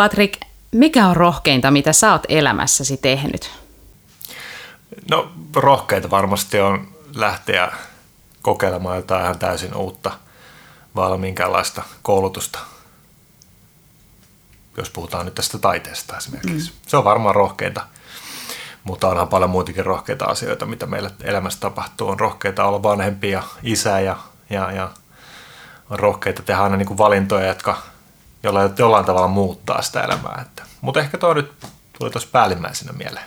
Patrik, mikä on rohkeinta, mitä sä oot elämässäsi tehnyt? No rohkeita varmasti on lähteä kokeilemaan jotain ihan täysin uutta, vailla minkäänlaista koulutusta, jos puhutaan nyt tästä taiteesta esimerkiksi. Se on varmaan rohkeinta, mutta onhan paljon muitakin rohkeita asioita, mitä meillä elämässä tapahtuu. On rohkeita olla vanhempi ja isä ja on rohkeita tehdä aina niin kuin valintoja, jotka jollain tavalla muuttaa sitä elämää. Mutta ehkä tuo nyt tuli tuossa päällimmäisenä mieleen.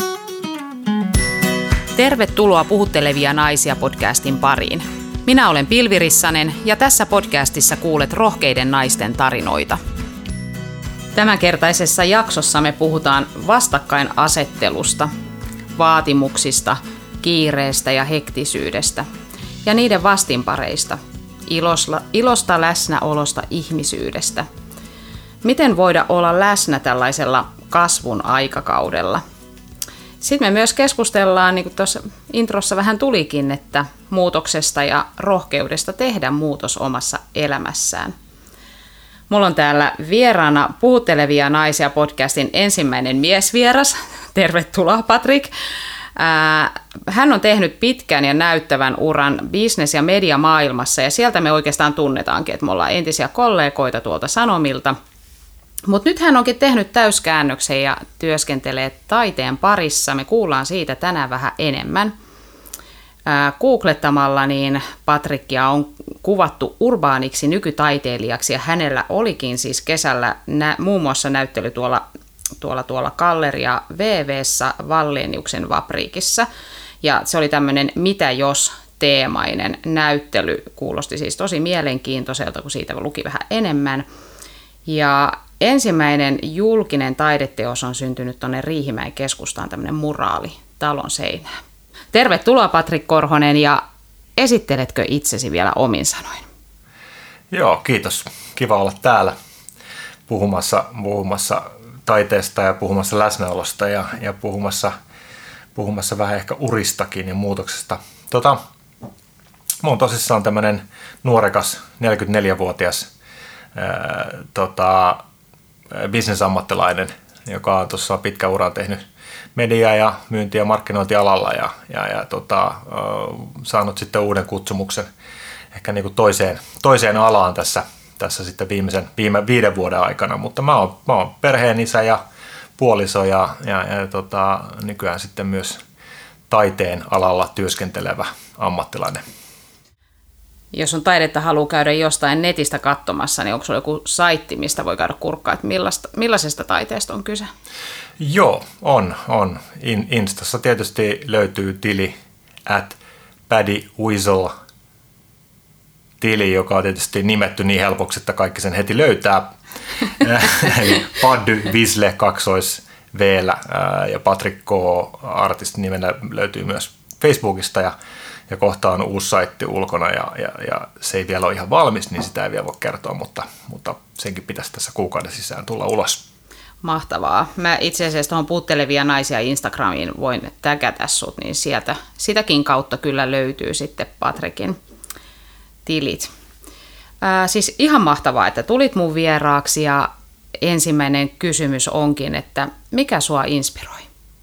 Tervetuloa Puhuttelevia naisia podcastin pariin. Minä olen Pilvi Rissanen ja tässä podcastissa kuulet rohkeiden naisten tarinoita. Tämänkertaisessa jaksossa me puhutaan vastakkainasettelusta, vaatimuksista, kiireestä ja hektisyydestä ja niiden vastinpareista, ilosta, läsnäolosta, ihmisyydestä. Miten voida olla läsnä tällaisella kasvun aikakaudella? Sitten me myös keskustellaan, niin kuin tuossa introssa vähän tulikin, että muutoksesta ja rohkeudesta tehdä muutos omassa elämässään. Mulla on täällä vieraana Puhuttelevia naisia podcastin ensimmäinen miesvieras. Tervetuloa, Patrik. Hän on tehnyt pitkän ja näyttävän uran business- ja mediamaailmassa, ja sieltä me oikeastaan tunnetaankin, että me ollaan entisiä kollegoita tuolta Sanomilta. Mutta nyt hän onkin tehnyt täyskäännöksen ja työskentelee taiteen parissa. Me kuullaan siitä tänään vähän enemmän. Googlettamalla niin Patrikia on kuvattu urbaaniksi nykytaiteilijaksi ja hänellä olikin siis kesällä muun muassa näyttely tuolla Galleria VV:ssä Walleniuksen Vapriikissa. Ja se oli tämmöinen mitä jos -teemainen näyttely. Kuulosti siis tosi mielenkiintoiselta, kun siitä luki vähän enemmän. Ja ensimmäinen julkinen taideteos on syntynyt tuonne Riihimäen keskustaan, tämmöinen muraali talon seinään. Tervetuloa Patrik Korhonen, ja esitteletkö itsesi vielä omin sanoin? Joo, kiitos. Kiva olla täällä puhumassa taiteesta ja puhumassa läsnäolosta ja puhumassa vähän ehkä uristakin ja muutoksesta. Mä oon tosissaan tämmönen nuorekas 44-vuotias bisnesammattilainen, joka on tuossa pitkä uran tehnyt media- ja myynti- ja markkinointialalla ja saanut sitten uuden kutsumuksen ehkä niin kuin toiseen alaan tässä sitten viime 5 vuoden aikana, mutta mä oon perheen isä ja puoliso ja nykyään sitten myös taiteen alalla työskentelevä ammattilainen. Jos on taidetta haluaa käydä jostain netistä katsomassa, niin onko se joku saitti, mistä voi käydä kurkkaa, että millaisesta taiteesta on kyse? Joo, on. Instassa tietysti löytyy tili @paddyweasel tili, joka on tietysti nimetty niin helpoksi, että kaikki sen heti löytää. Eli Paddy Weasle 2 V:llä ja Patrick K. Artist nimellä löytyy myös Facebookista ja kohta on uusi saitti ulkona ja se ei vielä ole ihan valmis, niin sitä ei vielä voi kertoa, mutta senkin pitäisi tässä kuukauden sisään tulla ulos. Mahtavaa. Mä itse asiassa tuohon Puhuttelevia naisia Instagramiin voin tägätä sut, niin sieltä sitäkin kautta kyllä löytyy sitten Patrikin tilit. Siis ihan mahtavaa, että tulit mun vieraaksi, ja ensimmäinen kysymys onkin, että mikä sua inspiroi?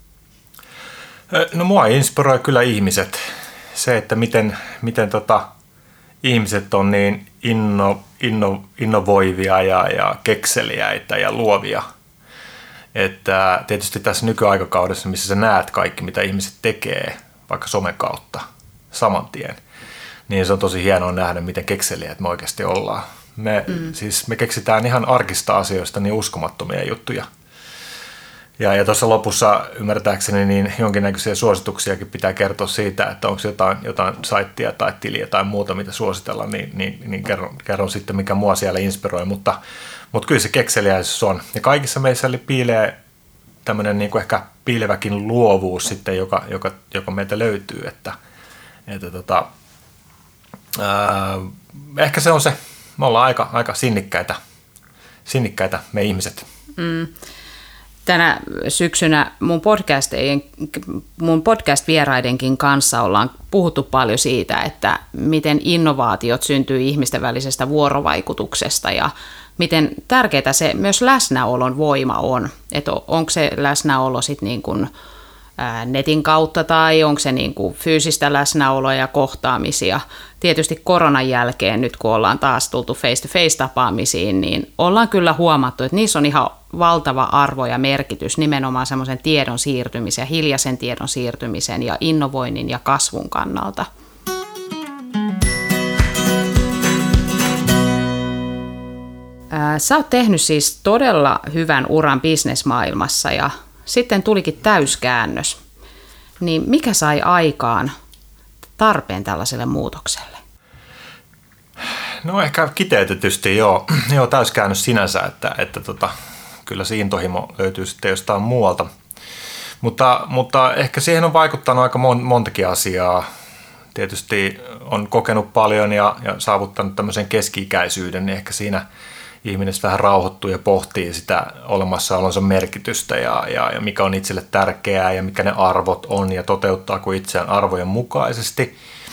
No mua inspiroi kyllä ihmiset. Se, että miten ihmiset on niin innovoivia ja kekseliäitä ja luovia. Että tietysti tässä nykyaikakaudessa, missä sä näet kaikki, mitä ihmiset tekee, vaikka somen kautta saman tien, niin se on tosi hienoa nähdä, miten kekseliäitä me oikeasti ollaan. Me keksitään ihan arkista asioista niin uskomattomia juttuja. Ja tuossa lopussa ymmärtääkseni niin jonkinnäköisiä suosituksiakin pitää kertoa siitä, että onko jotain saittia tai tiliä tai muuta, mitä suositella, niin kerron sitten, mikä mua siellä inspiroi. Mutta kyllä se kekseliäisyys on. Ja kaikissa meissä piilee tämmöinen niin kuin ehkä piileväkin luovuus sitten, joka meiltä löytyy. Ehkä se on se. Me ollaan aika sinnikkäitä me ihmiset. Tänä syksynä mun podcast-vieraidenkin kanssa ollaan puhuttu paljon siitä, että miten innovaatiot syntyy ihmisten välisestä vuorovaikutuksesta ja miten tärkeää se myös läsnäolon voima on. Että onko se läsnäolo sitten niin kuin netin kautta tai onko se niin kuin fyysistä läsnäoloa ja kohtaamisia. Tietysti koronan jälkeen, nyt kun ollaan taas tultu face-to-face-tapaamisiin, niin ollaan kyllä huomattu, että niissä on ihan valtava arvo ja merkitys nimenomaan semmoisen tiedon siirtymisen, hiljaisen tiedon siirtymisen ja innovoinnin ja kasvun kannalta. Sä oot tehnyt siis todella hyvän uran bisnesmaailmassa ja sitten tulikin täyskäännös. Niin mikä sai aikaan tarpeen tällaiselle muutokselle? No ehkä kiteytetysti joo täyskäännös sinänsä, että kyllä se intohimo löytyy sitten jostain muualta. Mutta ehkä siihen on vaikuttanut aika montakin asiaa. Tietysti on kokenut paljon ja saavuttanut tämmöisen keski-ikäisyyden, niin ehkä siinä ihminen vähän rauhoittuu ja pohtii sitä olemassaolonsa merkitystä ja mikä on itselle tärkeää ja mikä ne arvot on ja toteuttaako itseään arvojen mukaisesti.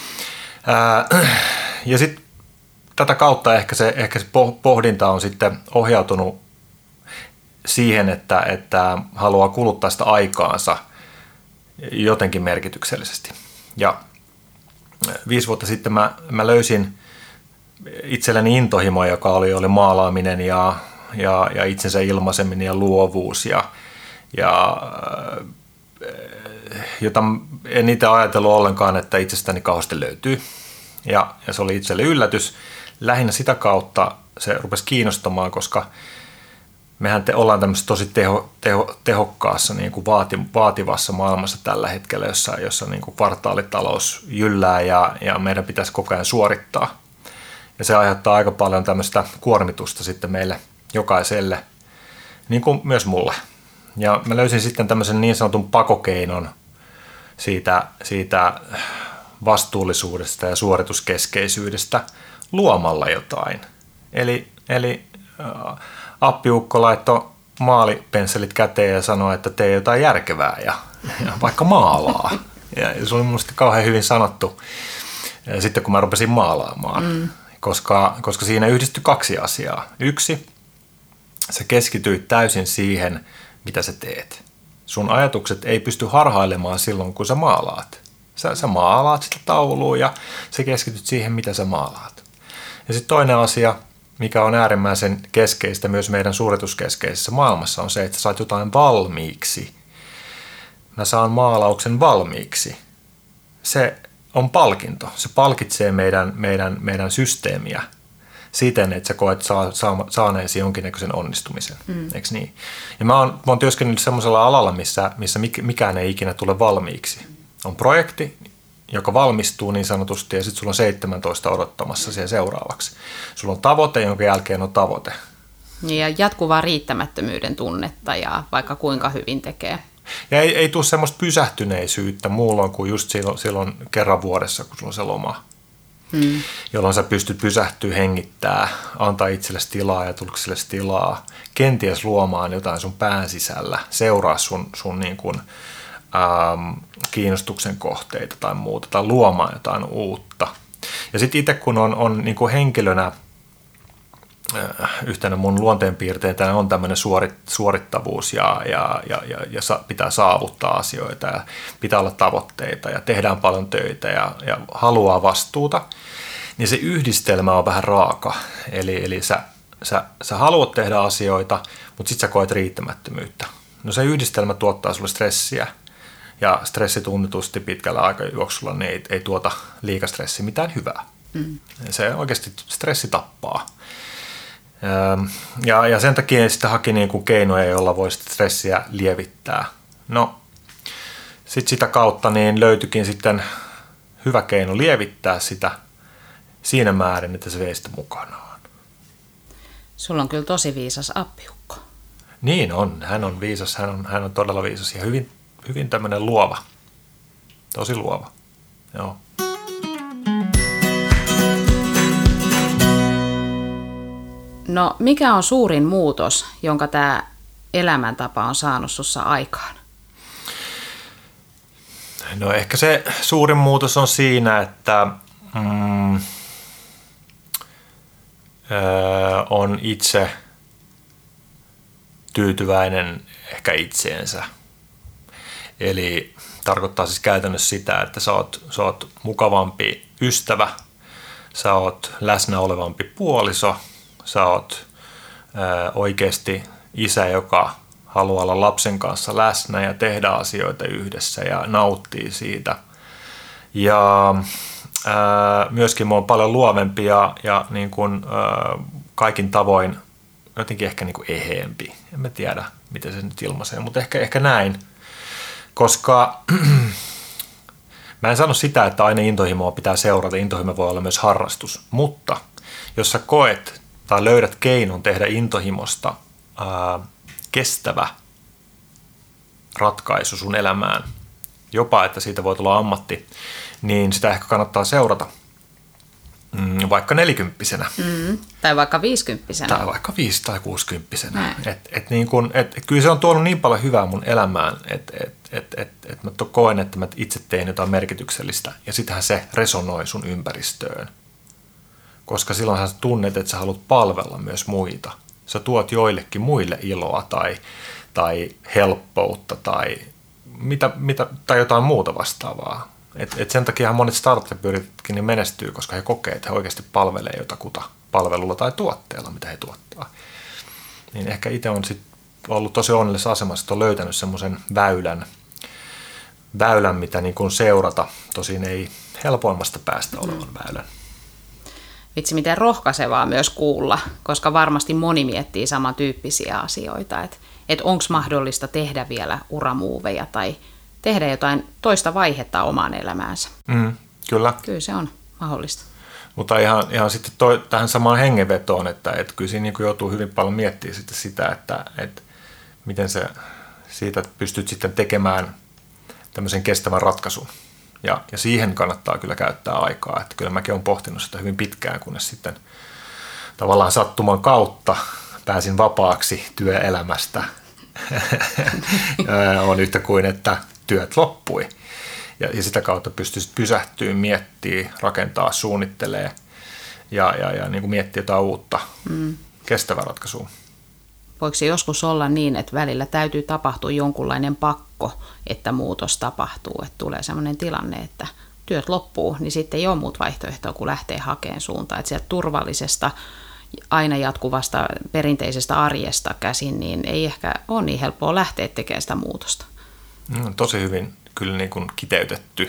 Ja sitten tätä kautta ehkä se pohdinta on sitten ohjautunut siihen, että haluaa kuluttaa sitä aikaansa jotenkin merkityksellisesti. Ja 5 vuotta sitten mä löysin itselleni intohimo, joka oli maalaaminen ja itsensä ilmaiseminen ja luovuus, jota en itse ajatellut ollenkaan, että itsestäni kauheasti löytyy. Ja se oli itselle yllätys. Lähinnä sitä kautta se rupesi kiinnostamaan, koska mehän ollaan tämmöisessä tosi tehokkaassa niin kuin vaativassa maailmassa tällä hetkellä, jossa niin kuin kvartaalitalous jyllää ja meidän pitäisi koko ajan suorittaa. Ja se aiheuttaa aika paljon tämmöistä kuormitusta sitten meille jokaiselle, niin kuin myös mulle. Ja mä löysin sitten tämmöisen niin sanotun pakokeinon siitä vastuullisuudesta ja suorituskeskeisyydestä luomalla jotain. Eli appiukko laittoi maalipensselit käteen ja sanoi, että tee jotain järkevää ja vaikka maalaa. Ja se oli minusta kauhean hyvin sanottu sitten, kun mä rupesin maalaamaan. Koska siinä yhdistyi 2 asiaa. 1, sä keskityit täysin siihen, mitä sä teet. Sun ajatukset ei pysty harhailemaan silloin, kun sä maalaat. Sä maalaat sitä taulua ja sä keskityt siihen, mitä sä maalaat. Ja sitten toinen asia, mikä on äärimmäisen keskeistä myös meidän suorituskeskeisessä maailmassa, on se, että sä saat jotain valmiiksi. Mä saan maalauksen valmiiksi. Se on palkinto. Se palkitsee meidän systeemiä siten, että sä koet saaneesi jonkinnäköisen onnistumisen. Eikö niin? Ja mä oon työskennellyt semmoisella alalla, missä mikään ei ikinä tule valmiiksi. On projekti, joka valmistuu niin sanotusti, ja sitten sulla on 17 odottamassa siihen seuraavaksi. Sulla on tavoite, jonka jälkeen on tavoite. Ja jatkuvaa riittämättömyyden tunnetta, ja vaikka kuinka hyvin tekee. Ja ei tule semmoista pysähtyneisyyttä muulloin kuin just silloin kerran vuodessa, kun sulla on se loma. Jolloin sä pystyt pysähtyä, hengittää, antaa itsellesi tilaa ja tulksellesi tilaa, kenties luomaan jotain sun pään sisällä, seuraa sun niin kuin, kiinnostuksen kohteita tai muuta, tai luomaan jotain uutta. Ja sitten itse kun on niin kuin henkilönä, yhtenä mun luonteenpiirteitä on tämmöinen suorittavuus ja pitää saavuttaa asioita ja pitää olla tavoitteita ja tehdään paljon töitä ja haluaa vastuuta, niin se yhdistelmä on vähän raaka. Eli sä haluat tehdä asioita, mutta sit sä koet riittämättömyyttä. No se yhdistelmä tuottaa sulle stressiä ja stressi tunnetusti pitkällä aikajuoksulla niin ei tuota liikastressi mitään hyvää. Se oikeasti stressi tappaa. Ja sen takia sitten haki niin kuin keinoja, joilla voi stressiä lievittää. No, sitten sitä kautta niin löytyikin sitten hyvä keino lievittää sitä siinä määrin, että se vei sitä mukanaan. Sulla on kyllä tosi viisas appiukko. Niin on, hän on viisas, hän on todella viisas ja hyvin tämmöinen luova, tosi luova, joo. No, mikä on suurin muutos, jonka tämä elämäntapa on saanut sussa aikaan? No ehkä se suurin muutos on siinä, että on itse tyytyväinen ehkä itseensä. Eli tarkoittaa siis käytännössä sitä, että sä oot mukavampi ystävä, sä oot läsnä olevampi puoliso, sä oot oikeasti isä, joka haluaa olla lapsen kanssa läsnä ja tehdä asioita yhdessä ja nauttii siitä. Ja myöskin mä oon paljon luovempi ja niin kuin, kaikin tavoin jotenkin ehkä niin kuin eheempi. En mä tiedä, miten se nyt ilmaisee, mutta ehkä näin. Koska mä en sano sitä, että aina intohimoa pitää seurata. Intohimo voi olla myös harrastus. Mutta jos sä koet tai löydät keinon tehdä intohimosta kestävä ratkaisu sun elämään, jopa että siitä voi tulla ammatti, niin sitä ehkä kannattaa seurata vaikka 40-vuotiaana. Tai vaikka 50-vuotiaana. Tai vaikka 5- tai 60-vuotiaana. Kyllä se on tuonut niin paljon hyvää mun elämään, että mä koen, että mä itse teen jotain merkityksellistä. Ja sittenhän se resonoi sun ympäristöön. Koska silloin sä tunnet, että sä haluat palvella myös muita. Sä tuot joillekin muille iloa tai helppoutta tai tai jotain muuta vastaavaa. Et sen takia monet startup-yrityksetkin niin menestyy, koska he kokee, että he oikeasti palvelee jotakuta palvelulla tai tuotteella, mitä he tuottaa. Niin ehkä itse on sit ollut tosi onnellisessa asemassa, että on löytänyt semmoisen väylän, mitä niin kuin seurata. Tosin ei helpoimmasta päästä olevan väylän. Vitsi, miten rohkaisevaa myös kuulla, koska varmasti moni miettii samantyyppisiä asioita, että onko mahdollista tehdä vielä uramuoveja tai tehdä jotain toista vaihetta omaan elämäänsä. Kyllä. Kyllä se on mahdollista. Mutta ihan sitten tähän samaan hengenvetoon, että kyllä siinä niin joutuu hyvin paljon miettimään sitten sitä, että miten siitä pystyt sitten tekemään tämmöisen kestävän ratkaisun. Ja siihen kannattaa kyllä käyttää aikaa. Että kyllä mäkin olen pohtinut sitä hyvin pitkään, kunnes sitten tavallaan sattuman kautta pääsin vapaaksi työelämästä. On yhtä kuin, että työt loppui. Ja sitä kautta pystyisit pysähtyä, miettiä, rakentaa, suunnittelee ja niin kuin miettiä jotain uutta kestävää ratkaisua. Voiko se joskus olla niin, että välillä täytyy tapahtua jonkunlainen pakko, että muutos tapahtuu, että tulee sellainen tilanne, että työt loppuu, niin sitten ei ole muut vaihtoehtoa, kun lähtee hakemaan suuntaan. Että sieltä turvallisesta, aina jatkuvasta perinteisestä arjesta käsin, niin ei ehkä ole niin helppoa lähteä tekemään sitä muutosta. Tosi hyvin kyllä niin kuin kiteytetty.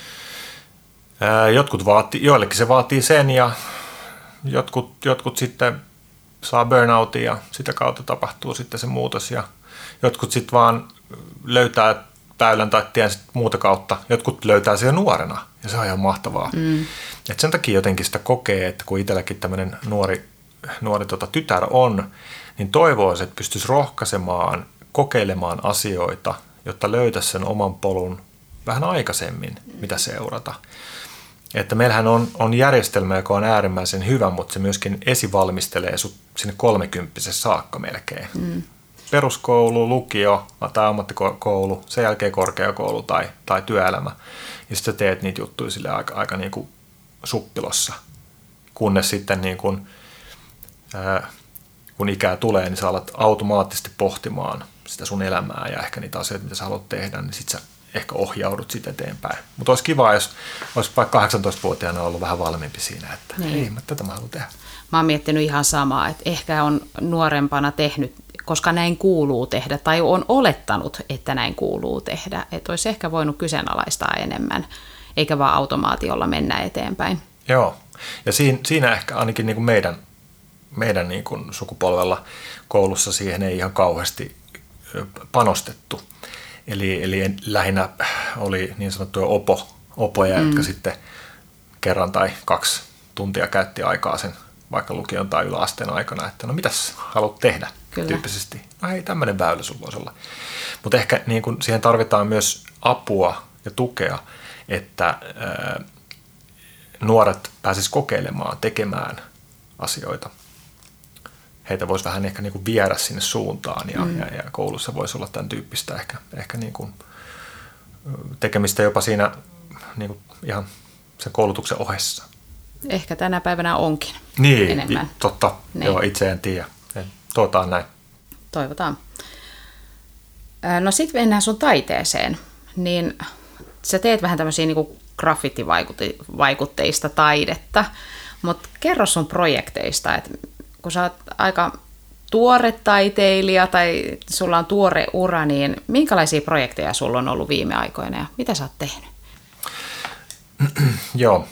Joillekin se vaatii sen ja jotkut sitten saa burnoutin ja sitä kautta tapahtuu sitten se muutos ja jotkut sitten vaan löytää väylän tai tien muuta kautta. Jotkut löytää sen nuorena ja se on ihan mahtavaa. Et sen takia jotenkin sitä kokee, että kun itselläkin tämmöinen nuori tytär on, niin toivoisi, että pystyisi rohkaisemaan, kokeilemaan asioita, jotta löytäisi sen oman polun vähän aikaisemmin, mitä seurata. Että meillähän on järjestelmä, joka on äärimmäisen hyvä, mutta se myöskin esivalmistelee sut sinne 30 saakka melkein. Peruskoulu, lukio tai ammattikoulu, sen jälkeen korkeakoulu tai työelämä. Ja sitten teet niitä juttuja sille aika niin kuin suppilossa, kunnes sitten niin kuin, kun ikää tulee, niin sä alat automaattisesti pohtimaan sitä sun elämää ja ehkä niitä asioita, mitä sä haluat tehdä, niin sit sä ehkä ohjaudut sit eteenpäin. Mutta olisi kiva, jos olisi vaikka 18-vuotiaana ollut vähän valmiimpi siinä, että ei, tätä mä haluan tehdä. Mä oon miettinyt ihan samaa, että ehkä on nuorempana tehnyt, koska näin kuuluu tehdä, tai on olettanut, että näin kuuluu tehdä. Että olisi ehkä voinut kyseenalaistaa enemmän, eikä vaan automaatiolla mennä eteenpäin. Joo, ja siinä ehkä ainakin niin kuin meidän niin kuin sukupolvella koulussa siihen ei ihan kauheasti panostettu. Eli lähinnä oli niin sanottuja opoja, jotka sitten kerran tai 2 tuntia käytti aikaa sen vaikka lukion tai yläasteen aikana, että no mitäs haluat tehdä tyyppisesti. No hei, tämmöinen väylä sulla voisi olla. Mutta ehkä niin kun siihen tarvitaan myös apua ja tukea, että nuoret pääsisivät kokeilemaan, tekemään asioita. heitä voisi vähän ehkä niin kuin viedä sinne suuntaan ja koulussa voisi olla tämän tyyppistä ehkä niin kuin tekemistä jopa siinä niin kuin ihan sen koulutuksen ohessa. Ehkä tänä päivänä onkin enemmän. Totta. Niin. Joo, itse en tiedä. Toivotaan näin. Toivotaan. No sitten mennään sun taiteeseen. Niin sä teet vähän tämmöisiä niin kuin graffitivaikutteista taidetta, mutta kerro sun projekteista, että kun sä oot aika tuore taiteilija tai sulla on tuore ura, niin minkälaisia projekteja sulla on ollut viime aikoina ja mitä sä oot tehnyt? Joo.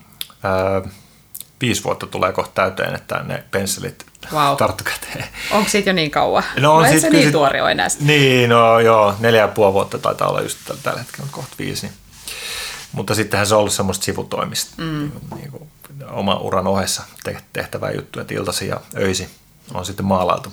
5 vuotta tulee kohta täyteen, että ne pensselit tarttu käteen. Onko siitä jo niin kauan? No ei se niin tuori ole enää. Niin, no joo, 4,5 vuotta taitaa olla just tällä hetkellä, kohta 5. Niin. Mutta sittenhän se on ollut semmoista sivutoimista, niin kuin oman uran ohessa tehtävää juttuja, että iltaisin ja öisin on sitten maalailtu.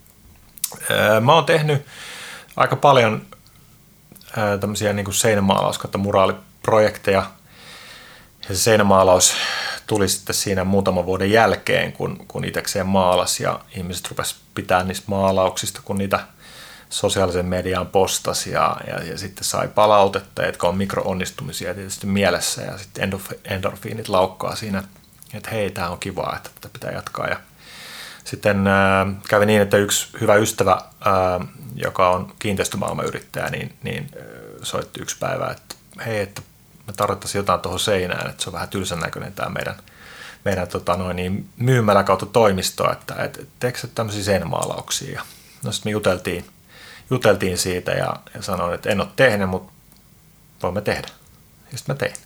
Mä oon tehnyt aika paljon tämmöisiä niin kuin seinämaalaus- kautta muraaliprojekteja. Ja se seinämaalaus tuli sitten siinä muutaman vuoden jälkeen, kun itsekseen maalasi ja ihmiset rupesivat pitämään niistä maalauksista, kun niitä sosiaalisen mediaan postasi ja sitten sai palautetta, jotka on mikroonnistumisia tietysti mielessä ja sitten endorfiinit laukkaa siinä, että hei, tämä on kivaa, että tätä pitää jatkaa. Ja sitten kävi niin, että yksi hyvä ystävä, joka on kiinteistömaailmayrittäjä, niin soitti yksi päivä, että hei, että me tarvittaisiin jotain tuohon seinään, että se on vähän tylsän näköinen tämä meidän myymälä kautta toimisto, että teekö se tämmöisiä seinämaalauksia. Ja no sitten me juteltiin siitä ja sanoin, että en ole tehnyt, mutta voimme tehdä. Ja sitten mä tein.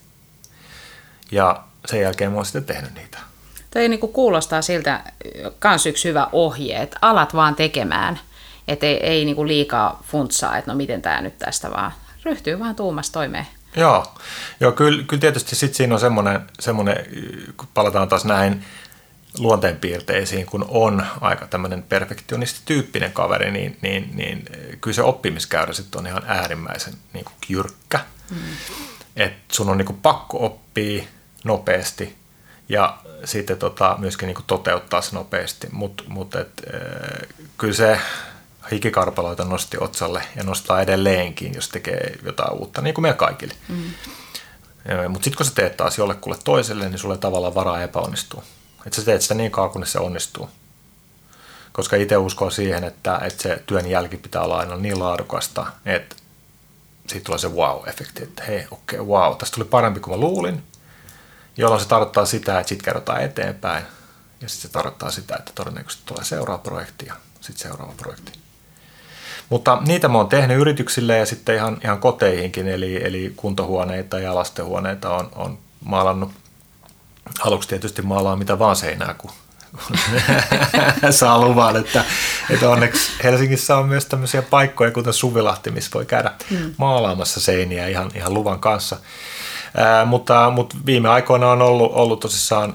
Ja sen jälkeen mä oon sitten tehnyt niitä. Toi niin kuin kuulostaa siltä kans yksi hyvä ohje, että alat vaan tekemään, että ei niin kuin liikaa funtsaa, että no miten tämä nyt tästä vaan ryhtyy vaan tuumasta toimeen. Joo, kyllä tietysti sitten siinä on semmoinen, kun palataan taas näin luonteenpiirteisiin, kun on aika tämmöinen perfektionistityyppinen kaveri, niin kyllä se oppimiskäyrä sitten on ihan äärimmäisen niin kuin jyrkkä. Että sun on niin kuin pakko oppia nopeasti ja sitten myöskin niin kuin toteuttaa se nopeasti, mutta kyllä se hikikarpaloita nosti otsalle ja nostaa edelleenkin, jos tekee jotain uutta, niin kuin meillä kaikille. Mutta sitten kun sä teet taas jollekulle toiselle, niin sulle tavallaan varaa epäonnistuu. Että sä teet sitä niin kauan, kunnes se onnistuu. Koska itse uskon siihen, että se työn jälki pitää olla aina niin laadukasta, että siitä tulee se wow-efekti, että hei, okei, wow, tästä tuli parempi kuin mä luulin, jolloin se tarkoittaa sitä, että sitten kerrotaan eteenpäin, ja sitten se tarkoittaa sitä, että todennäköisesti tulee seuraava projekti ja sitten seuraava projekti. Mutta niitä mä oon tehnyt yrityksille ja sitten ihan koteihinkin, eli kuntohuoneita ja lastenhuoneita on maalannut. Aluksi tietysti maalaa mitä vaan seinää, kun saa luvan, että onneksi Helsingissä on myös tämmöisiä paikkoja, kuten Suvilahti, missä voi käydä maalaamassa seiniä ihan luvan kanssa. Mutta viime aikoina on ollut tosissaan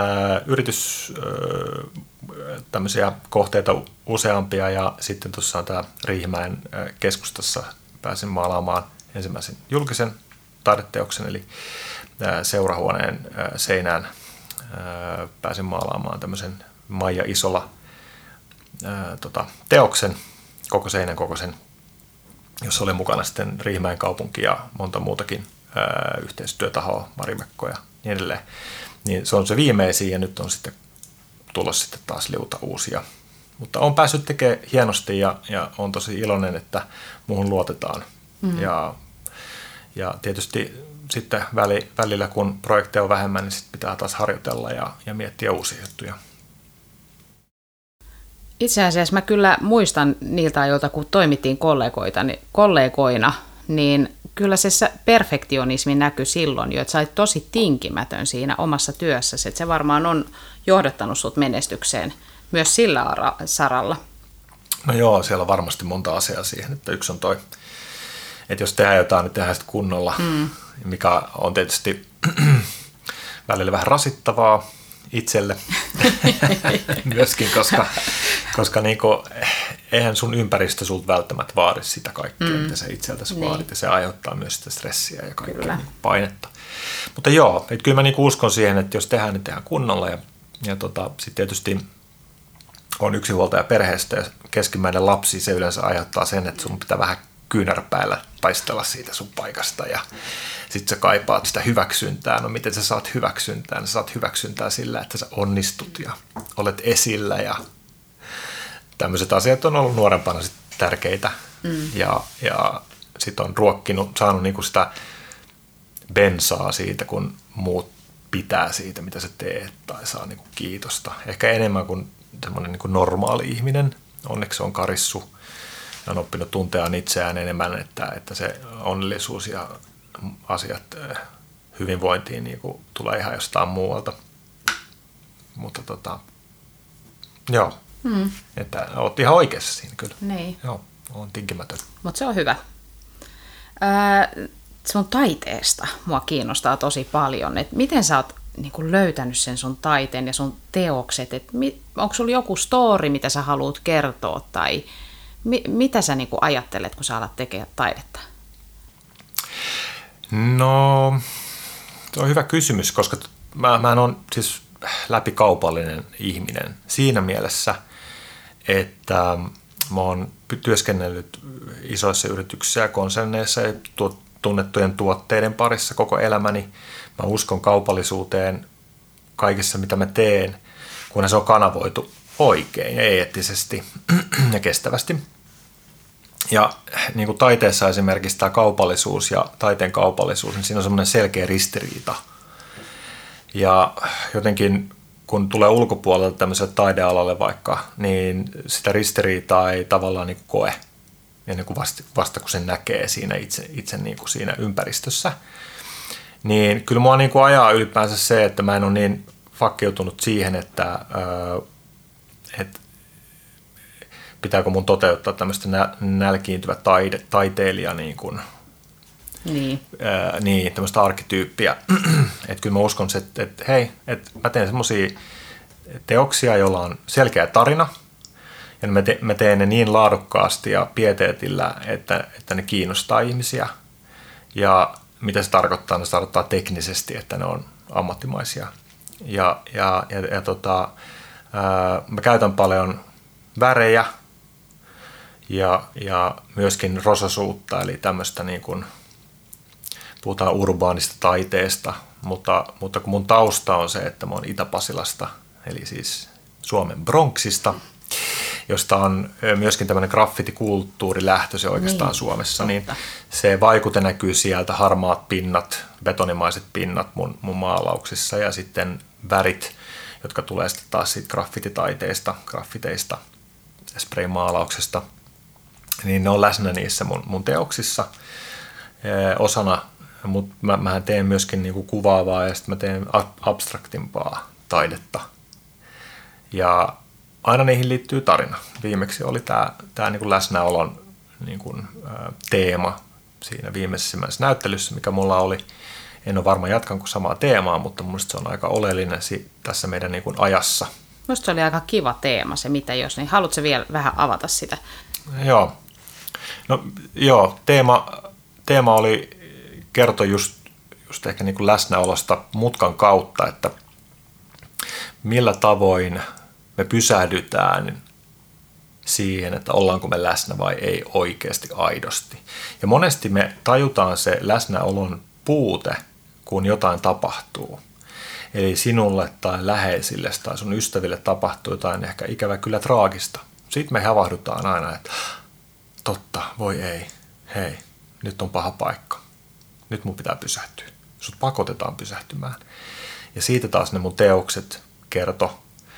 tämmöisiä kohteita useampia ja sitten tuossa on tämä Riihimäen keskustassa pääsin maalaamaan ensimmäisen julkisen taideteoksen, eli seurahuoneen seinään pääsin maalaamaan tämmöisen Maija Isola teoksen, koko seinän kokoisen, jossa oli mukana sitten Riihimäen kaupunki ja monta muutakin yhteistyötahoa, Marimekko ja niin edelleen. Niin se on se viimeisin ja nyt on sitten tulossa sitten taas liuta uusia. Mutta olen päässyt tekemään hienosti ja olen tosi iloinen, että muuhun luotetaan. Ja tietysti sitten välillä, kun projekteja on vähemmän, niin sitten pitää taas harjoitella ja miettiä uusia juttuja. Itse asiassa mä kyllä muistan niiltä ajoilta, kun toimittiin kollegoina, niin kyllä se perfektionismi näkyi silloin jo, että sä olet tosi tinkimätön siinä omassa työssäsi, että se varmaan on johdattanut sut menestykseen myös sillä saralla. No joo, siellä on varmasti monta asiaa siihen, että yksi on toi, että jos tehdään jotain, niin tehdään sitä kunnolla, mikä on tietysti välillä vähän rasittavaa itselle myöskin, koska niinku, eihän sun ympäristö sulta välttämättä vaadi sitä kaikkea, mitä sä itseltäsi vaadit, ja se aiheuttaa myös sitä stressiä ja kaikkea niinku painetta. Mutta joo, että kyllä mä niinku uskon siihen, että jos tehdään, niin tehdään kunnolla, ja sitten tietysti on yksinhuoltaja perheestä ja keskimmäinen lapsi, se yleensä aiheuttaa sen, että sun pitää vähän kyynärpäillä taistella siitä sun paikasta ja sitten sä kaipaat sitä hyväksyntää. No miten sä saat hyväksyntää? Sä saat hyväksyntää sillä, että sä onnistut ja olet esillä ja tämmöiset asiat on ollut nuorempana sit tärkeitä ja sitten on saanut niinku sitä bensaa siitä, kun muut pitää siitä, mitä sä teet tai saa niinku kiitosta. Ehkä enemmän kuin semmoinen niinku normaali ihminen. Onneksi on karissu ja on oppinut tunteaan itseään enemmän, että se onnellisuus ja asiat hyvinvointiin niinku tulee ihan jostain muualta. Mutta joo, että oot ihan oikeassa siinä kyllä. Niin. Joo, on tinkimätön. Mutta se on hyvä. Sun taiteesta mua kiinnostaa tosi paljon, että miten sä oot niinku löytänyt sen sun taiteen ja sun teokset, että onko sulla joku story, mitä sä haluat kertoa tai mitä sä niinku ajattelet, kun sä alat tekemään taidetta? No, se on hyvä kysymys, koska mä oon siis läpikaupallinen ihminen siinä mielessä, että mä oon työskennellyt isoissa yrityksissä ja konserneissa ja tunnettujen tuotteiden parissa koko elämäni. Mä uskon kaupallisuuteen kaikessa, mitä mä teen, kunhan se on kanavoitu oikein ja eettisesti ja kestävästi. Ja niin kuin taiteessa esimerkiksi tämä kaupallisuus ja taiteen kaupallisuus, niin siinä on semmoinen selkeä ristiriita. Ja jotenkin kun tulee ulkopuolelta tämmöiselle taidealalle vaikka, niin sitä ristiriitaa ei tavallaan niin kuin koe. Ja niin kuin vasta kun sen näkee siinä itse niin kuin siinä ympäristössä. Niin kyllä mua niin kuin ajaa ylipäänsä se, että mä en ole niin fakkeutunut siihen, että pitääkö mun toteuttaa tämmöistä nälkiintyvä taiteilija niin kuin, niin tämmöistä arkkityyppiä. Että kyllä mä uskon, että hei, että mä teen semmoisia teoksia, joilla on selkeä tarina, ja mä teen ne niin laadukkaasti ja pieteetillä, että ne kiinnostaa ihmisiä. Ja mitä se tarkoittaa? No se tarkoittaa teknisesti, että ne on ammattimaisia. Mä käytän paljon värejä ja myöskin rosaisuutta, eli tämmöistä niin kuin, puhutaan urbaanista taiteesta, mutta kun mun tausta on se, että mä oon Itä-Pasilasta, eli siis Suomen Bronxista, josta on myöskin tämmöinen graffitikulttuuri lähtöisin oikeastaan Suomessa, niin se vaikute näkyy sieltä, harmaat pinnat, betonimaiset pinnat mun maalauksissa ja sitten värit, jotka tulee sitten taas siitä graffiteista, spray-maalauksesta, niin ne on läsnä niissä mun teoksissa osana, mutta mähän teen myöskin niinku kuvaavaa ja sitten mä teen abstraktimpaa taidetta. Ja aina niihin liittyy tarina. Viimeksi oli tämä niinku läsnäolon niinku, teema siinä viimeisimmässä näyttelyssä, mikä mulla oli. En ole varma jatkanko samaa teemaa, mutta mun mielestä se on aika oleellinen tässä meidän niinku ajassa. Minusta se oli aika kiva teema se, mitä jos, niin haluatko vielä vähän avata sitä? Joo. No joo, teema oli kertoi just ehkä niin kuin läsnäolosta mutkan kautta, että millä tavoin me pysähdytään siihen, että ollaanko me läsnä vai ei oikeasti aidosti. Ja monesti me tajutaan se läsnäolon puute, kun jotain tapahtuu. Eli sinulle tai läheisille tai sun ystäville tapahtuu jotain ehkä ikävä kyllä traagista. Sitten me havahdutaan aina, että totta, voi ei, hei, nyt on paha paikka. Nyt mun pitää pysähtyä. Sut pakotetaan pysähtymään. Ja siitä taas ne mun teokset kertoo.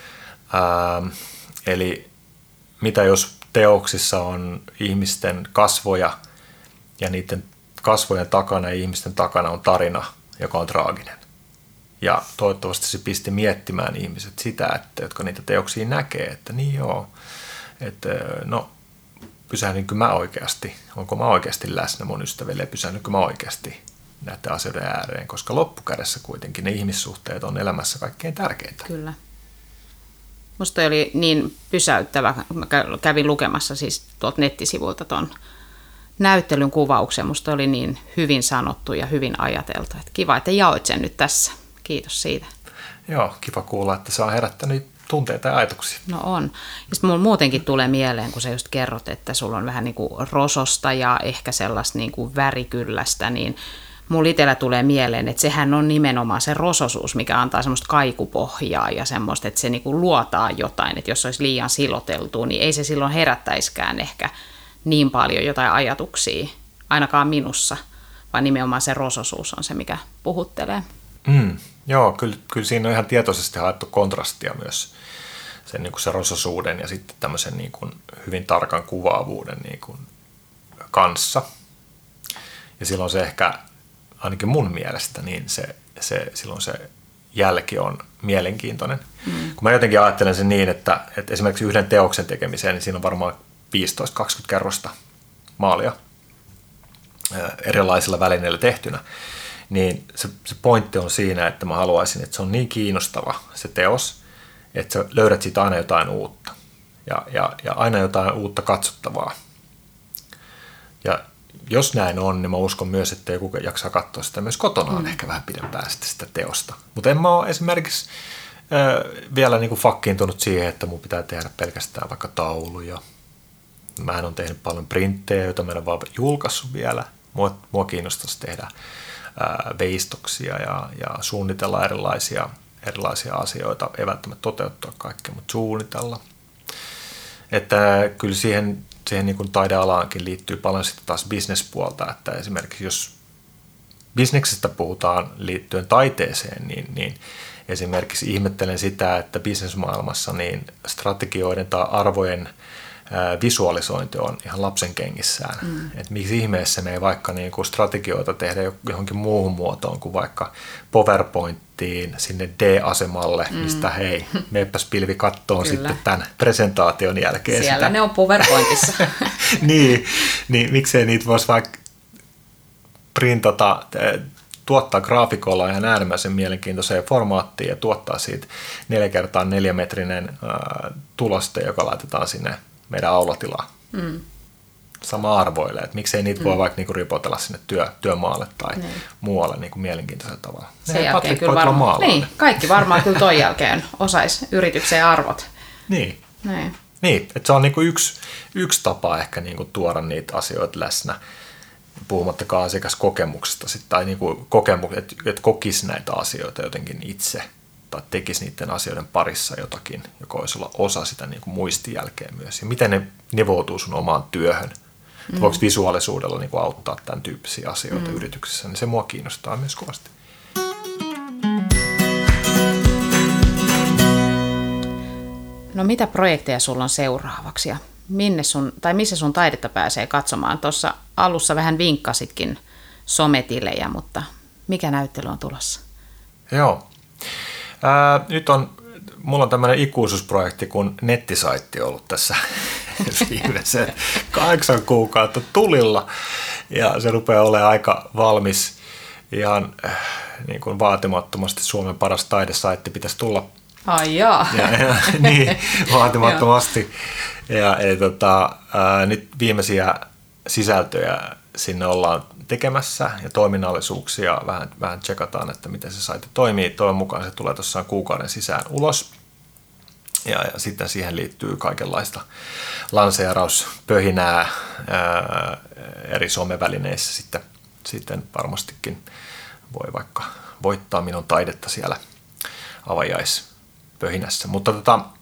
Eli mitä jos teoksissa on ihmisten kasvoja ja niiden kasvojen takana ja ihmisten takana on tarina, joka on traaginen. Ja toivottavasti se pisti miettimään ihmiset sitä, että, jotka niitä teoksia näkee, että niin joo, että no pysähdynkö mä oikeasti, onko mä oikeasti läsnä mun ystäville ja pysähdynkö mä oikeasti näiden asioiden ääreen, koska loppukädessä kuitenkin ne ihmissuhteet on elämässä kaikkein tärkeintä. Kyllä. Musta oli niin pysäyttävä, mä kävin lukemassa siis tuolta nettisivuilta ton näyttelyn kuvauksen, musta oli niin hyvin sanottu ja hyvin ajateltu, että kiva, että jaoit sen nyt tässä. Kiitos siitä. Joo, kiva kuulla, että se on herättänyt tunteita ja ajatuksia. No on. Ja sitten mulla muutenkin tulee mieleen, kun sä just kerrot, että sulla on vähän niin kuin rososta ja ehkä sellaista niin kuin värikyllästä, niin mulla itsellä tulee mieleen, että sehän on nimenomaan se rososuus, mikä antaa semmoista kaikupohjaa ja semmoista, että se niin kuin luotaa jotain, että jos se olisi liian siloteltua, niin ei se silloin herättäiskään ehkä niin paljon jotain ajatuksia, ainakaan minussa, vaan nimenomaan se rososuus on se, mikä puhuttelee. Joo, kyllä siinä on ihan tietoisesti haettu kontrastia myös sen, niin kuin se rososuuden ja sitten tämmöisen niin kuin hyvin tarkan kuvaavuuden niin kuin kanssa. Ja silloin se ehkä, ainakin mun mielestä, niin silloin se jälki on mielenkiintoinen. Kun mä jotenkin ajattelen sen niin, että esimerkiksi yhden teoksen tekemiseen, niin siinä on varmaan 15-20 kerrosta maalia erilaisilla välineillä tehtynä. Niin se pointti on siinä, että mä haluaisin, että se on niin kiinnostava se teos, että sä löydät siitä aina jotain uutta ja aina jotain uutta katsottavaa. Ja jos näin on, niin mä uskon myös, että joku jaksaa katsoa sitä myös kotonaan ehkä vähän pidempään sitä teosta. Mutta en mä ole esimerkiksi vielä niin kuin fakkiintunut siihen, että mun pitää tehdä pelkästään vaikka tauluja. Mä en ole tehnyt paljon printtejä, joita mä en ole vaan julkaissut vielä. Mua kiinnostaisi tehdä veistoksia ja suunnitella erilaisia asioita. Ei välttämättä toteuttaa kaikkea, mutta suunnitella. Että kyllä siihen niin kuin taidealaankin liittyy paljon sitten taas bisnespuolta, että esimerkiksi jos bisneksestä puhutaan liittyen taiteeseen, niin esimerkiksi ihmettelen sitä, että bisnesmaailmassa niin strategioiden tai arvojen visualisointi on ihan lapsen kengissään. Että miksi ihmeessä me ei vaikka niin kuin strategioita tehdä johonkin muuhun muotoon kuin vaikka PowerPointtiin sinne D-asemalle, mistä hei, meepäs pilvi kattoon sitten tämän presentaation jälkeen. Siellä sitä. Ne on PowerPointissa. niin miksei niitä voisi vaikka printata, tuottaa graafikolla ihan äärimmäisen mielenkiintoiseen formaattiin ja tuottaa siitä 4x4 metrinen tuloste, joka laitetaan sinne meidän aulatilaan. Sama arvoille, että miksei niitä voi vaikka niinku ripotella sinne työmaalle tai muualle niinku mielenkiintoisella tavalla. Sen jälkeen kyllä varmaan. Niin, kaikki varmaan kyllä ton jälkeen osaisi yrityksen arvot. Niin, että se on niinku yksi tapa ehkä niinku tuoda niitä asioita läsnä, puhumattakaan asiakaskokemuksesta tai niinku että kokisi näitä asioita jotenkin itse tai tekisi niiden asioiden parissa jotakin, joka voisi olla osa sitä niin kuin muistijälkeä myös. Ja miten ne nivoutuu sun omaan työhön. Voiko visuaalisuudella niin kuin auttaa tämän tyyppisiä asioita yrityksessä, niin se mua kiinnostaa myös kovasti. No mitä projekteja sulla on seuraavaksi ja missä sun taidetta pääsee katsomaan? Tuossa alussa vähän vinkkasitkin sometilejä, mutta mikä näyttely on tulossa? Joo. Nyt mulla on tämmöinen ikuisuusprojekti, kun nettisaitti on ollut tässä viimeiset 8 kuukautta tulilla. Ja se rupeaa olemaan aika valmis ihan niin kuin vaatimattomasti. Suomen paras taidesaitti pitäisi tulla. Ai jaa. Niin, vaatimattomasti. Nyt viimeisiä sisältöjä sinne ollaan tekemässä ja toiminnallisuuksia vähän tsekataan, että miten se saitti toimii. Toivon mukaan se tulee tuossa kuukauden sisään ulos. Ja sitten siihen liittyy kaikenlaista lanseerauspöhinää eri somevälineissä. Sitten varmastikin voi vaikka voittaa minun taidetta siellä avajaispöhinässä. Mutta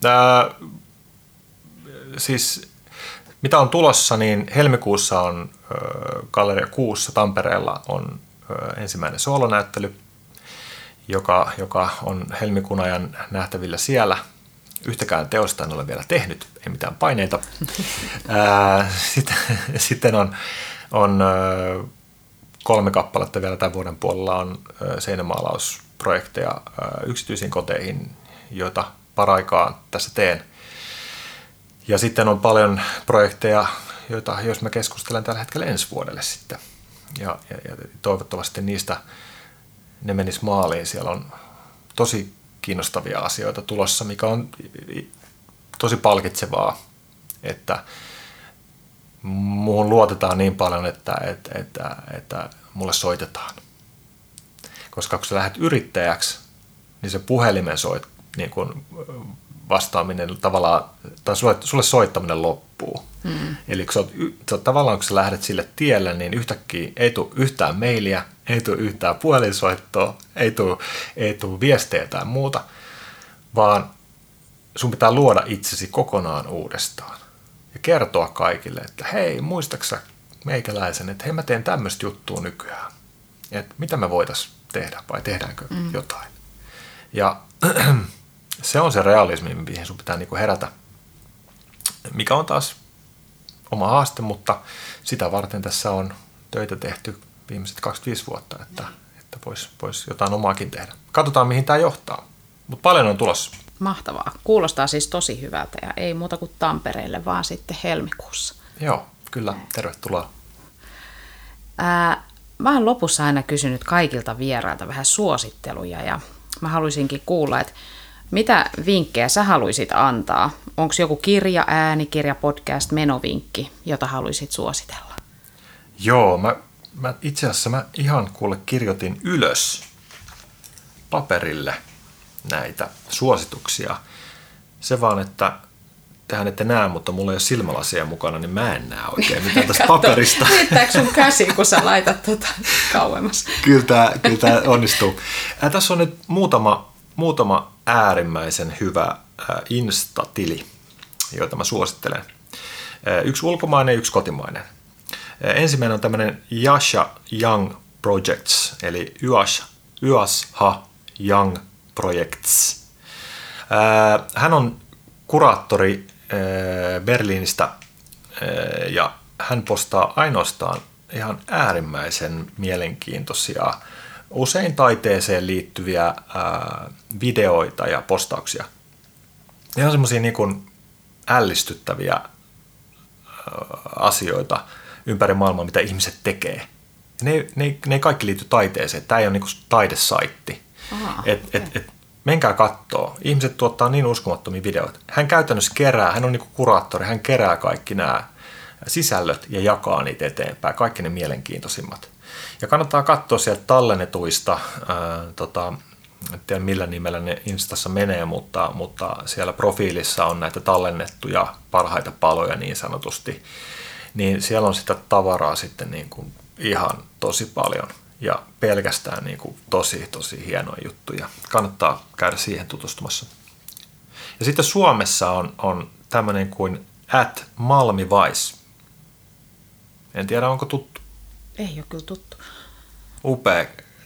siis mitä on tulossa, niin helmikuussa on Galleria Kuussa Tampereella on ensimmäinen soolonäyttely, joka on helmikuun ajan nähtävillä siellä. Yhtäkään teosta en ole vielä tehnyt, ei mitään paineita. Sitten on 3 kappaletta vielä tämän vuoden puolella on seinämaalausprojekteja yksityisiin koteihin, joita paraikaa tässä teen. Ja sitten on paljon projekteja, joita jos mä keskustelen tällä hetkellä ensi vuodelle sitten. Ja toivottavasti niistä ne menis maaliin. Siellä on tosi kiinnostavia asioita tulossa, mikä on tosi palkitsevaa, että muuhun luotetaan niin paljon, että mulle soitetaan. Koska kun sä lähdet yrittäjäksi, niin se puhelimen soit niin kun vastaaminen tavallaan, tai sulle soittaminen loppuu. Eli kun sä lähdet sille tielle, niin yhtäkkiä ei tule yhtään mailia, ei tule yhtään puhelinsoittoa, ei tule viestejä tai muuta, vaan sun pitää luoda itsesi kokonaan uudestaan ja kertoa kaikille, että hei, muistaksä meikäläisen, että hei, mä teen tämmöistä juttua nykyään, että mitä me voitaisiin tehdä vai tehdäänkö jotain. Ja se on se realismi, mihin sun pitää niinku herätä, mikä on taas oma haaste, mutta sitä varten tässä on töitä tehty viimeiset 25 vuotta, että vois jotain omaakin tehdä. Katsotaan, mihin tämä johtaa, mutta paljon on tulossa. Mahtavaa. Kuulostaa siis tosi hyvältä ja ei muuta kuin Tampereelle, vaan sitten helmikuussa. Joo, kyllä. Tervetuloa. Mä oon lopussa aina kysynyt kaikilta vierailta vähän suositteluja ja mä haluaisinkin kuulla, että mitä vinkkejä sä haluaisit antaa? Onko joku kirja, äänikirja, podcast, menovinkki, jota haluaisit suositella? Joo, mä itse asiassa ihan kirjoitin ylös paperille näitä suosituksia. Se vaan, että tehän ette näe, mutta mulla ei ole silmälaseja mukana, niin mä en näe oikein mitään tästä paperista. Riittääkö sun käsi, kun sä laitat kauemmas? Kyllä tää onnistuu. Tässä on nyt muutama äärimmäisen hyvä Insta-tili, joita mä suosittelen. Yksi ulkomainen ja yksi kotimainen. Ensimmäinen on tämmöinen Yasha Young Projects, eli Yasha Young Projects. Hän on kuraattori Berliinistä ja hän postaa ainoastaan ihan äärimmäisen mielenkiintoisia, usein taiteeseen liittyviä videoita ja postauksia. Ihan semmoisia niin kuin ällistyttäviä asioita ympäri maailmaa, mitä ihmiset tekee. Ne ei kaikki liity taiteeseen. Tämä ei ole niin kuin taidesaitti. Menkää kattoo. Ihmiset tuottaa niin uskomattomia videoita. Hän käytännössä hän on niin kuin kuraattori, hän kerää kaikki nämä sisällöt ja jakaa niitä eteenpäin, kaikki ne mielenkiintoisimmat. Ja kannattaa katsoa sieltä tallennetuista, en tiedä millä nimellä ne Instassa menee, mutta siellä profiilissa on näitä tallennettuja parhaita paloja niin sanotusti. Niin siellä on sitä tavaraa sitten niin kuin ihan tosi paljon ja pelkästään niin kuin tosi hienoja juttuja. Kannattaa käydä siihen tutustumassa. Ja sitten Suomessa on tämmöinen kuin @malmivais. En tiedä, onko tuttu. Ei ole kyllä tuttu. Upea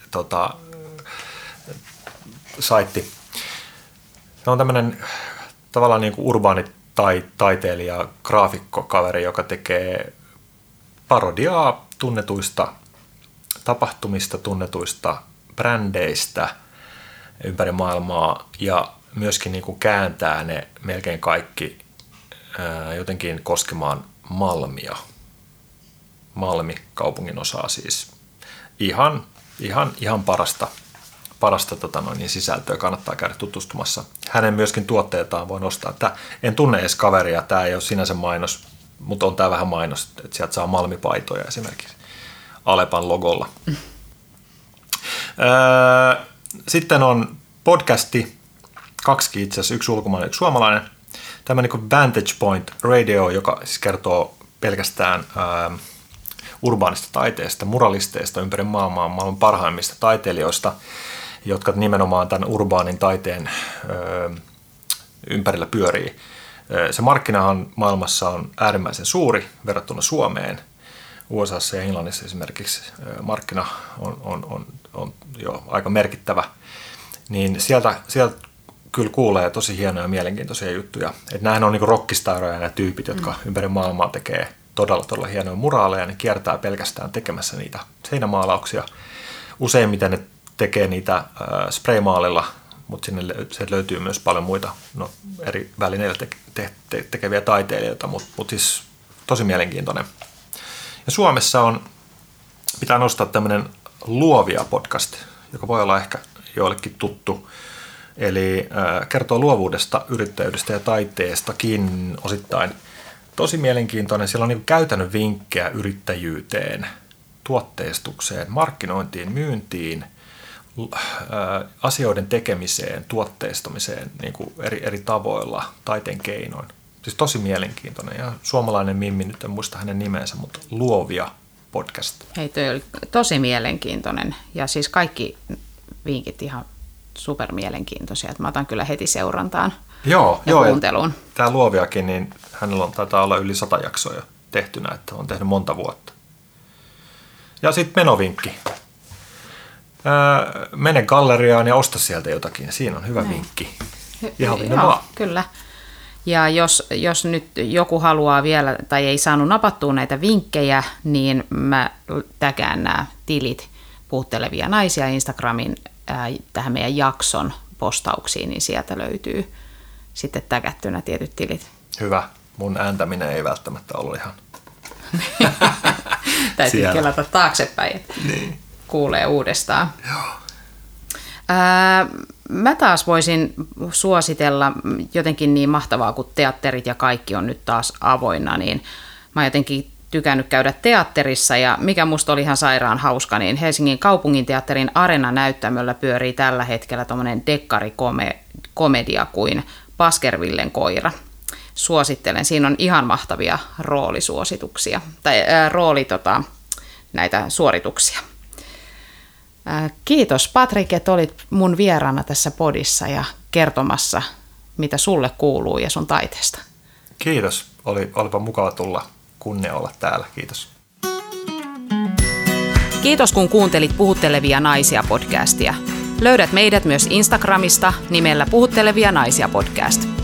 saitti. Se on tämmöinen tavallaan niin kuin urbaani taiteilija, graafikkokaveri, joka tekee parodiaa tunnetuista tapahtumista, tunnetuista brändeistä ympäri maailmaa ja myöskin niin kuin kääntää ne melkein kaikki jotenkin koskemaan Malmia. Malmi kaupungin osaa siis ihan parasta sisältöä, kannattaa käydä tutustumassa. Hänen myöskin tuotteitaan voi nostaa. En tunne edes kaveria, tämä ei ole sinänsä mainos, mutta on tämä vähän mainos, että sieltä saa Malmipaitoja esimerkiksi Alepan logolla. Sitten on podcasti, 2 itse asiassa, 1 ulkomainen, 1 suomalainen. Tämä niin kuin Vantage Point Radio, joka siis kertoo pelkästään urbaanista taiteesta, muralisteista ympäri maailman parhaimmista taiteilijoista, jotka nimenomaan tämän urbaanin taiteen ympärillä pyörii. Se markkinahan maailmassa on äärimmäisen suuri verrattuna Suomeen. USAssa ja Englannissa esimerkiksi markkina on jo aika merkittävä. Niin sieltä kyllä kuulee tosi hienoja ja mielenkiintoisia juttuja. Nämähän on niinku rockistaroja nämä tyypit, jotka ympäri maailmaa tekee todella hienoja muraaleja. Ne kiertää pelkästään tekemässä niitä seinämaalauksia. Useimmiten ne tekee niitä spraymaalilla, mutta sieltä löytyy myös paljon muita eri välineillä tekeviä taiteilijoita, mutta siis tosi mielenkiintoinen. Ja Suomessa pitää nostaa tämmöinen Luovia podcast, joka voi olla ehkä joillekin tuttu. Eli kertoo luovuudesta, yrittäjyydestä ja taiteestakin osittain. Tosi mielenkiintoinen. Siellä on niin käytännön vinkkejä yrittäjyyteen, tuotteistukseen, markkinointiin, myyntiin, asioiden tekemiseen, tuotteistamiseen niin kuin eri tavoilla, taiteen keinoin. Siis tosi mielenkiintoinen ja suomalainen Mimmi, nyt en muista hänen nimensä, mutta Luovia podcast. Hei, toi oli tosi mielenkiintoinen ja siis kaikki vinkit ihan super mielenkiintoisia, että mä otan kyllä heti seurantaan ja kuunteluun. Tämä Luoviakin, niin hänellä taitaa olla yli 100 jaksoa jo tehtynä, että on tehnyt monta vuotta. Ja sitten menovinkki. Mene galleriaan ja osta sieltä jotakin. Siinä on hyvä vinkki. Joo, kyllä. Ja jos nyt joku haluaa vielä tai ei saanut napattua näitä vinkkejä, niin mä tägään nämä tilit Puhuttelevia naisia Instagramin tähän meidän jakson postauksiin, niin sieltä löytyy sitten tägättynä tietyt tilit. Hyvä. Mun ääntäminen ei välttämättä ollut ihan... Täytyy kelata taaksepäin, että niin. Kuulee uudestaan. Joo. Mä taas voisin suositella jotenkin niin mahtavaa, kun teatterit ja kaikki on nyt taas avoinna, niin mä oon jotenkin tykännyt käydä teatterissa ja mikä musta oli ihan sairaan hauska, niin Helsingin kaupunginteatterin Arena-näyttämöllä pyörii tällä hetkellä tommonen dekkarikomedia kuin Baskervillen koira. Suosittelen, siinä on ihan mahtavia roolisuosituksia, tai näitä suorituksia. Kiitos Patrik, että olit mun vieraana tässä podissa ja kertomassa, mitä sulle kuuluu ja sun taiteesta. Kiitos, olipa mukava tulla, kunnia olla täällä, kiitos. Kiitos kun kuuntelit Puhuttelevia naisia podcastia. Löydät meidät myös Instagramista nimellä Puhuttelevia naisia podcast.